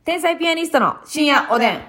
天才ピアニストの深夜おでん。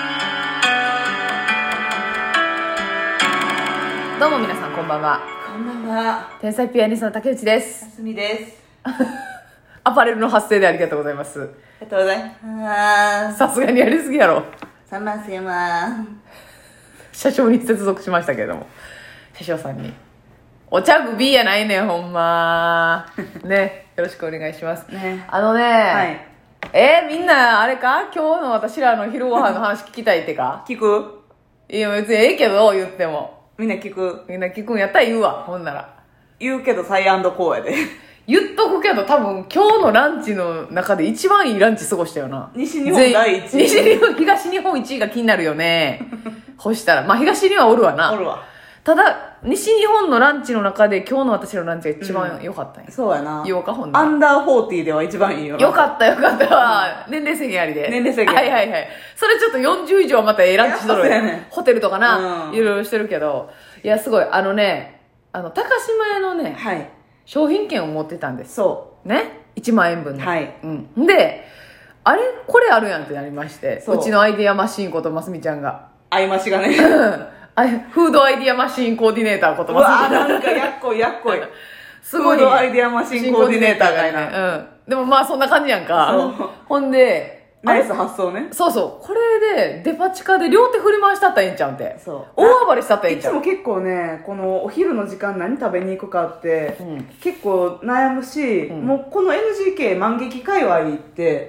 どうも皆さんこんばんは。 こんばんは。 天才ピアニストの竹内です。 あすみです。 アパレルの発声でありがとうございます。 ありがとうございます。 さすがにやりすぎやろ。 さませま。 社長に接続しましたけれども、社長さんにお茶首やないねんほんまね、よろしくお願いしますね。 はい、みんなあれか、今日の私らの昼ご飯の話聞きたいってか聞く？ いや別にええけど言ってもみんな聞く？ みんな聞くんやったら言うわ。ほんなら言うけどサイアンドコーやで。 言っとくけど多分今日のランチの中で一番いいランチ過ごしたよな。 西日本第一位。 西日本東日本1位が気になるよね。ほしたらまあ東にはおるわな。 おるわ。 ただ西日本のランチの中で今日の私のランチが一番良かったんや、 そうやな。 言おうかほんならアンダー40では一番いいよな。 よかったわ、年齢制限ありで。 年齢制限はいはいはい。それちょっと40以上はまたランチしとるやっぱそうやね。 ホテルとかな、 うんいろいろしてるけど、いやすごい高島屋のね、 はい。 商品券を持ってたんですそね、1万円分の。 はいうんで、あれこれあるやんってなりまして、 そううちのアイデアマシーンことますみちゃんがう。合いましがね。 フードアイデアマシーンコーディネーターことうますみちゃん。 わなんかやっこいやっこい。 すごい、 フードアイデアマシンコーディネーターがいな。 ね。でもまあそんな感じやんかそう。 ほんで、 ナイス発想ね。 そうそう。これで、デパ地下で両手振り回したったらええんちゃうんて。 そう大暴れしたったらええんちゃう。 いつも結構ね、このお昼の時間何食べに行くかって、結構悩むし、もうこの NGK 万劇界隈行って、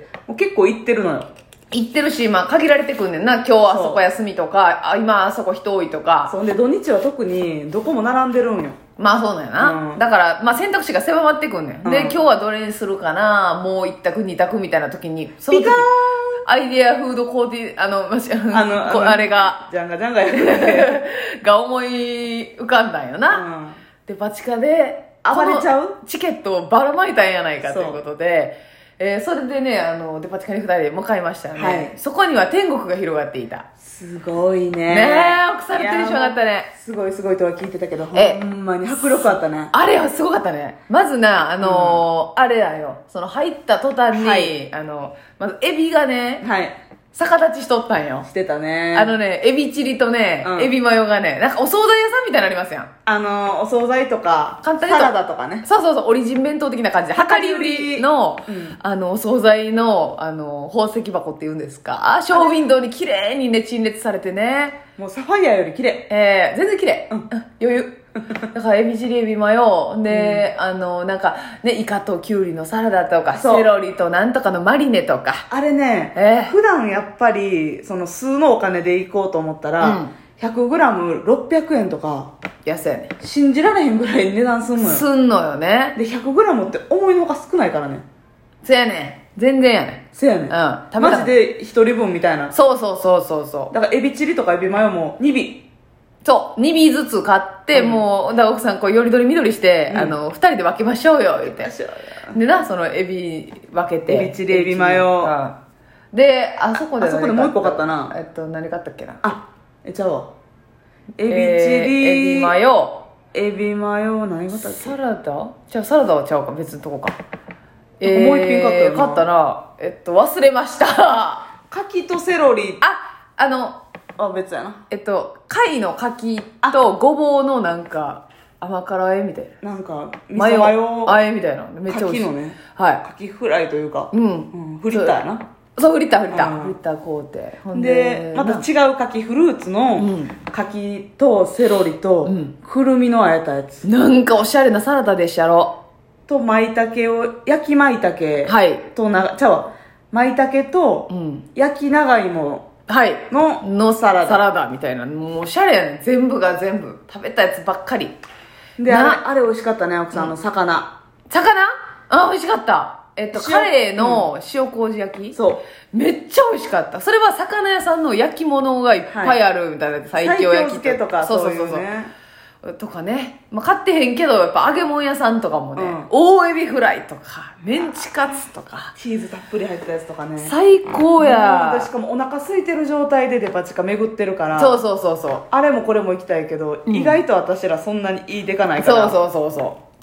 もう結構行ってるのよ。 行ってるし、まあ限られてくんねんな。今日はあそこ休みとか、今あそこ人多いとか。 そうで、土日は特にどこも並んでるんよ。 まあそうなんやな。 うんだから、まあ選択肢が狭まってくんねん。で、 うん今日はどれにするかな、もう一択二択みたいな時に、その時ピカーンアイデアフードコーディ、あれが、 ジャンガジャンガやってて。 が思い浮かんだんよな。デパ地下で暴れちゃうこのチケットをばらまいたんやないかということで、それでねデパ地下に2人で向かいましたよね、 はい、 そこには天国が広がっていた。 すごいね。 ねえ、奥さんのテンション上がったね。 すごいすごいとは聞いてたけど、ほんまに迫力あったね。 あれはすごかったね。まずなあれだよ、その入った途端に、 はい、 まずエビがね、 はい、 逆立ちしとったんよ。 してたね。 エビチリとね、エビマヨがね、なんかお惣菜屋さんみたいになりますやん。 お惣菜とか、 簡単にサラダとかね。 そうそうそう、オリジン弁当的な感じで、量り売りの、お惣菜の、宝石箱っていうんですか、ショーウィンドウに綺麗にね、陳列されてね。 もうサファイアより綺麗。 全然綺麗。余裕。だからエビチリエビマヨで、なんかね、イカとキュウリのサラダとか、セロリとなんとかのマリネとか。 あれね、普段やっぱりその数のお金で行こうと思ったら、100g600 円とか安いやね。 信じられへんぐらい値段すんのよ。 すんのよね。 で 100g って思いのほか少ないからね。 せやねん、全然やねん。 せやねん、マジで一人分みたいな。 そうそうだからエビチリとかエビマヨも2尾、 そう、2尾ずつ買って、もう、だから奥さん、こう、よりどりみどりして、2人で分けましょうよ、言って。でな、その、エビ分けて。 エビチリ、エビマヨ。 で、あそこでもう一個買ったな。 何買ったっけな。 ちゃうわ。エビチリ、 エビマヨ。 エビマヨ、何買ったっけ？ サラダ？サラダはちゃうか、別のとこか。 もう一品買ったよな。 買ったな。忘れました。 柿とセロリ。別やな。 貝の柿とごぼうのなんか甘辛和えみたいな。なんか、味噌マヨ和えみたいな。めっちゃ美味しい。 柿のね。 はい。 柿フライというか。フリッターやな。 そう、フリッター買うて。 ほんで、また違う柿、フルーツの柿とセロリとくるみのあえたやつ。 なんかおしゃれなサラダでしたやろ。 と、舞茸を、焼き舞茸。 はい。 と、舞茸と焼き長芋。 はい。 のサラダ。 サラダみたいな。もうおしゃれやねん。全部が全部。食べたやつばっかり。 で、あれ美味しかったね、奥さんの魚。 魚？美味しかった。カレーの塩麹焼き？ そう。 めっちゃ美味しかった。それは魚屋さんの焼き物がいっぱいあるみたいな。最強焼き漬けとか。そう。 とかね、買ってへんけどやっぱ揚げ物屋さんとかもね、大エビフライとかメンチカツとかチーズたっぷり入ったやつとかね、 最高や。 しかもお腹空いてる状態でデパ地下巡ってるから、 そうあれもこれも行きたいけど、意外と私らそんなにいいでかないから、 そう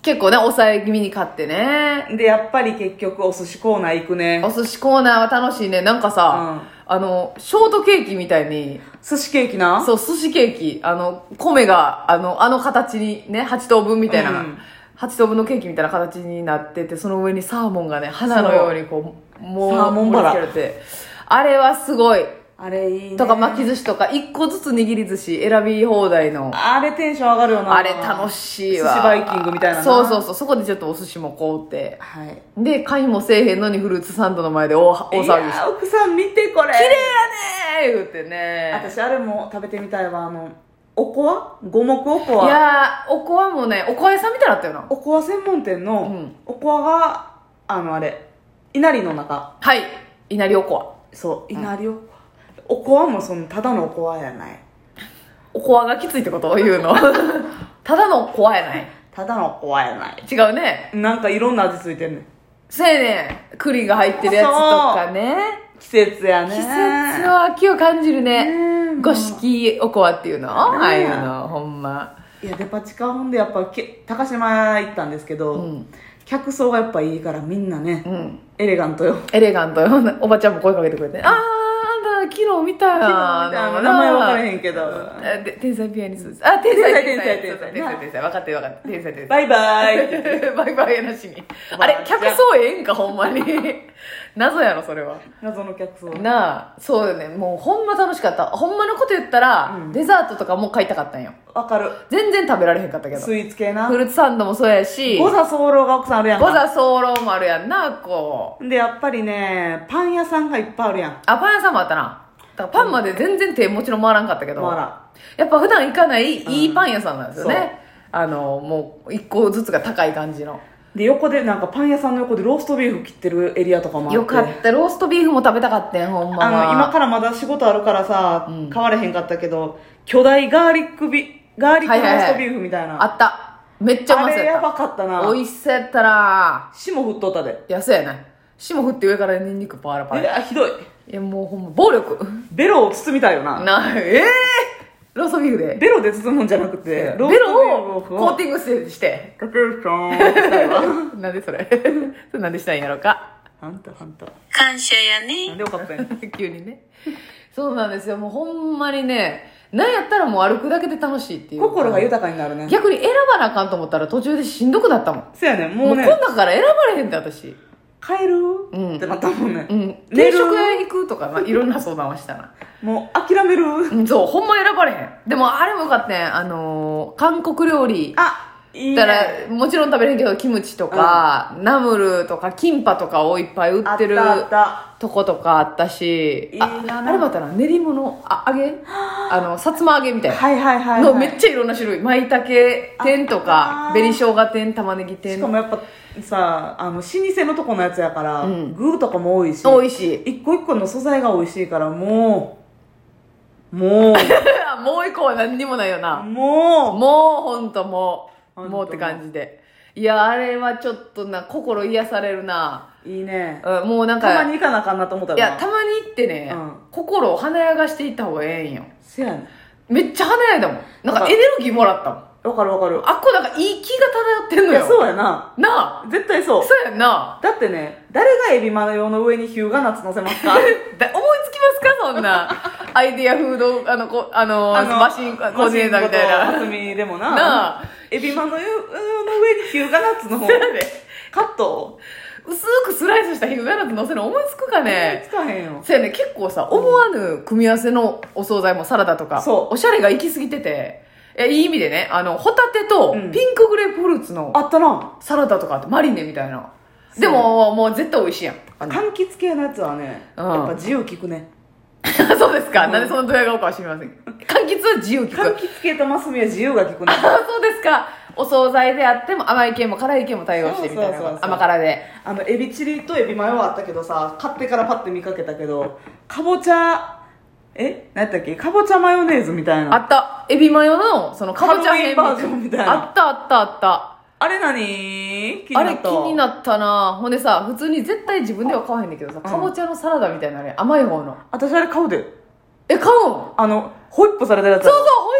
結構ね、抑え気味に買ってね。 で、やっぱり結局お寿司コーナー行くね。 お寿司コーナーは楽しいね。なんかさ、ショートケーキみたいに、 寿司ケーキな。 そう、寿司ケーキ、米が、あの形にね、8等分みたいな、8等分のケーキみたいな形になってて、その上にサーモンがね、花のようにこう、もう、 サーモンバラ盛り付けられて、あれはすごい。 あれいいね。 とか巻き寿司とか、1個ずつ握り寿司選び放題の。 あれテンション上がるよな。 あれ楽しいわ。 寿司バイキングみたいなな。 そうそうそう。そこでちょっとお寿司も買うて。 はい。 で、買いもせえへんのにフルーツサンドの前で大騒ぎして。 いや奥さん見てこれ。 綺麗やねー言うてね。 私あれも食べてみたいわ。おこわ五目おこわ。 いやー、おこわもね、おこわ屋さんみたいだったよな。 おこわ専門店の、おこわが、あれ、稲荷の中。 はい。稲荷おこわ。 そう、稲荷おこわ。おこわもただのおこわやない。 おこわがきついってことを言うの。ただのおこわやない。 ただのおこわやない。 違うね。 なんかいろんな味ついてんねん。 そうやねん。栗が入ってるやつとかね。 季節やね。 季節の秋を感じるね。五色おこわっていうの、ああいうの、ほんま。 いや、デパ地下ほんでやっぱ、高島行ったんですけど、客層がやっぱいいからみんなね、エレガントよ。 エレガントよ。おばちゃんも声かけてくれて、あー、昨日見たよ。 名前分からへんけど。 天才ピアニストです。あ、天才。分かってる。天才。 バイバイ。 バイバイやなしに。あれ、客層ええんか、ほんまに。謎やろ、それは。 謎の客層。 なあ、そうよね。もうほんま楽しかった。ほんまのこと言ったら、デザートとかも買いたかったんよ。 わかる。 全然食べられへんかったけど。 スイーツ系な。 フルーツサンドもそうやし。 五座候が奥さんあるやんか。 五座候もあるやんな、こう。で、やっぱりね、パン屋さんがいっぱいあるやん。 あ、パン屋さんもあったな。だからパンまで全然手もちろん回らんかったけど。 回らん。 やっぱ普段行かないいいパン屋さんなんですよね。もう一個ずつが高い感じの。 で、横でなんかパン屋さんの横でローストビーフ切ってるエリアとかもあって。 よかった。ローストビーフも食べたかったん、ほんまは。 今からまだ仕事あるからさ、買われへんかったけど、巨大ガーリックローストビーフみたいな。 あった。めっちゃうまそうやった。 あれやばかったな。 美味しそうやったな。 霜降っとったで。 いや、そうやな。霜降って上からニンニクパラパラ。 いや、ひどい。 いや、もうほんま、暴力。 ベロを包みたいよな。 ローストビーフで。 ベロで包むんじゃなくて、 ベロをコーティングして。 かけるさんしたいわ。 なんでそれそれなんでしたいんやろうか。 あんた。 感謝やね。 なんでよかったんや。 急にね。そうなんですよ。もうほんまにね、なんやったらもう歩くだけで楽しいっていう。 心が豊かになるね。 逆に選ばなあかんと思ったら途中でしんどくなったもん。 そうやね。もうね。 こん中から選ばれへんって私。 帰るってなったもんね。 定食屋行くとか、いろんな相談はしたな。 もう諦める。 そう、ほんま選ばれへん。でもあれもよかったね。韓国料理。 いいね。 だから、もちろん食べれへんけど、キムチとか、ナムルとか、キンパとかをいっぱい売ってるとことかあったし、あれもあったな、練り物、揚げさつま揚げみたいな。のめっちゃいろんな種類。舞茸天とか、紅生姜天、玉ねぎ天。 しかもやっぱさ、老舗のとこのやつやから、具とかも多いし。 多いし。 一個一個の素材が美味しいから、もうもう一個は何にもないよな。 もうほんともうって感じで。いや、あれはちょっとな、心癒されるな。 いいね。 もうなんか。 たまに行かなあかんなと思ったら。 いや、たまに行ってね、心を華やがしていった方がええんよ。 せやねん。 めっちゃ華やいだもん。なんかエネルギーもらったもん。 わかる。 あっこなんかいい気が漂ってんのよ。 いや、そうやな。 なあ。 絶対そう。 そうやんな。 だってね、誰がエビマヨの上にヒューガナッツ乗せますか思いつきますかそんな。アイディアフード、マシンコーディネーターみたいな。 はつみでもな。 なあ。 エビマヨの上にヒューガナッツの方。カット薄くスライスしたヒューガナッツ乗せるの思いつくかね。 思いつかへんよ。 そうやね、結構さ、思わぬ組み合わせのお惣菜もサラダとか、おしゃれが行き過ぎてて、いい意味でね、ホタテとピンクグレープフルーツのあったなサラダとかあってマリネみたいな。でも、もう絶対美味しいやん。 柑橘系のやつはね、やっぱ自由利くね。 そうですか、なんでそのドヤ顔かは知りません。柑橘は自由利く。 柑橘系とマスミは自由が利くね。 そうですか。お惣菜であっても甘い系も辛い系も対応してみたいな。甘辛で。 エビチリとエビマヨはあったけどさ、買ってからパッて見かけたけど、かぼちゃ、何やったっけ、かぼちゃマヨネーズみたいな。 あった。エビマヨの、そのかぼちゃ編バージョンみたいな。 あった。 あれ何あれ気になったな。ほんでさ、普通に絶対自分では買わへんねんけどさ、かぼちゃのサラダみたいなね、甘い方の。 私あれ買うで。 買うんホイップされたやつ。 そう、ホイップが乗っ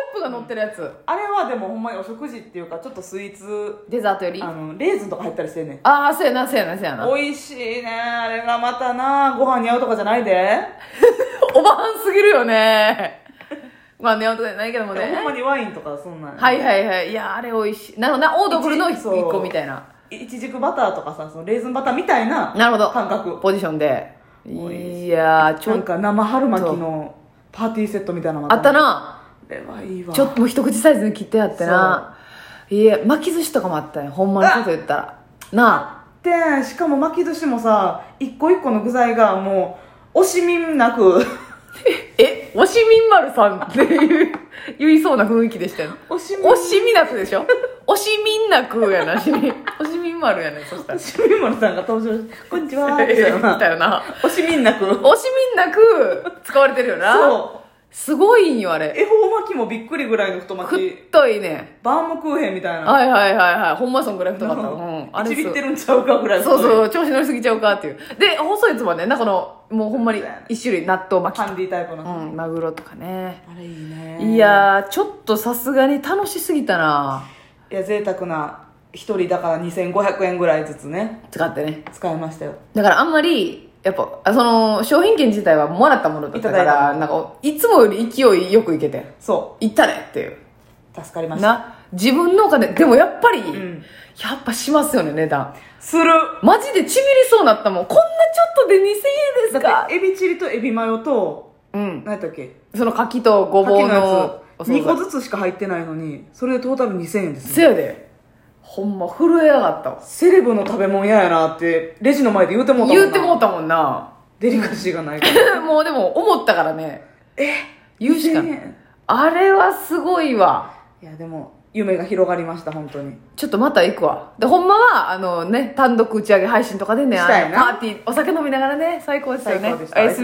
ってるやつ。 あれはでもほんまにお食事っていうかちょっとスイーツデザートよりレーズンとか入ったりしてんねん。 ああ、そうやな、そうやな、そうやな。 美味しいね。あれがまたな、ご飯に合うとかじゃないで。 おばはんすぎるよね。まあね、ほんとないけどもね。 ほんまにワインとかそんなん。 はいはいはい。いや、あれ美味しい。なるほどな、オードブルの一個みたいな。 いちじくバターとかさ、そのレーズンバターみたいななるほど。 感覚。 ポジションで。いやー、ちょっと。 なんか生春巻きのパーティーセットみたいなのあったな。 あれはいいわ。 ちょっともう一口サイズに切ってあってな。いや、巻き寿司とかもあったよ。ほんまのこと言ったら。なあってしかも巻き寿司もさ、一個一個の具材がもう惜しみなくおしみんまるさんって言いそうな雰囲気でしたよ。 惜しみなくでしょ。惜しみんなくやなしに。惜しみんまるやね、そしたら。 惜しみんまるさんが登場してこんにちはってみたいな。 惜しみんなく惜しみんなく使われてるよな。 そう。 すごいんよ、あれ。 恵方巻きもびっくりぐらいの太巻き。 太いね。 バームクーヘンみたいな。 はいはいはいはい。ほんまそんぐらい太かった。うん。 あれちびってるんちゃうかぐらい。 そうそう、調子乗りすぎちゃうかっていう。で、細いやつもね、なんかもうほんまに一種類納豆巻き。 ハンディタイプの。 うん、マグロとかね。 あれいいね。 いやー、ちょっとさすがに楽しすぎたな。 いや、贅沢な。一人だから2500円ぐらいずつね。 使ってね。 使いましたよ。 だからあんまり、やっぱ、商品券自体はもらったものだったから、なんか、いつもより勢いよくいけて。 そ行ったねっていう。 う。助かりました。 な、自分のお金、でもやっぱり、 んやっぱしますよね、値段。 する。 マジでちびりそうになったもん。こんなちょっとで2000円ですだかってエビチリとエビマヨと、 うん。 何やったっけ、 その牡蠣とごぼうの牡蠣のやつ2個ずつしか入ってないのに、それでトータル2000円ですせやで。ほんま震えやがったわ。 セレブの食べ物嫌やなってレジの前で言うてもうたもんな。 言うてもうたもんな。 デリカシーがないからもうでも思ったからね。言うしかな 2000 い。 円あれはすごいわ。 いやでも夢が広がりました本当に。 ちょっとまた行くわ。で、ほんまは、単独打ち上げ配信とかでね、 したいなパーティー、お酒飲みながらね、最高ですよね。 最高でしたおやすみ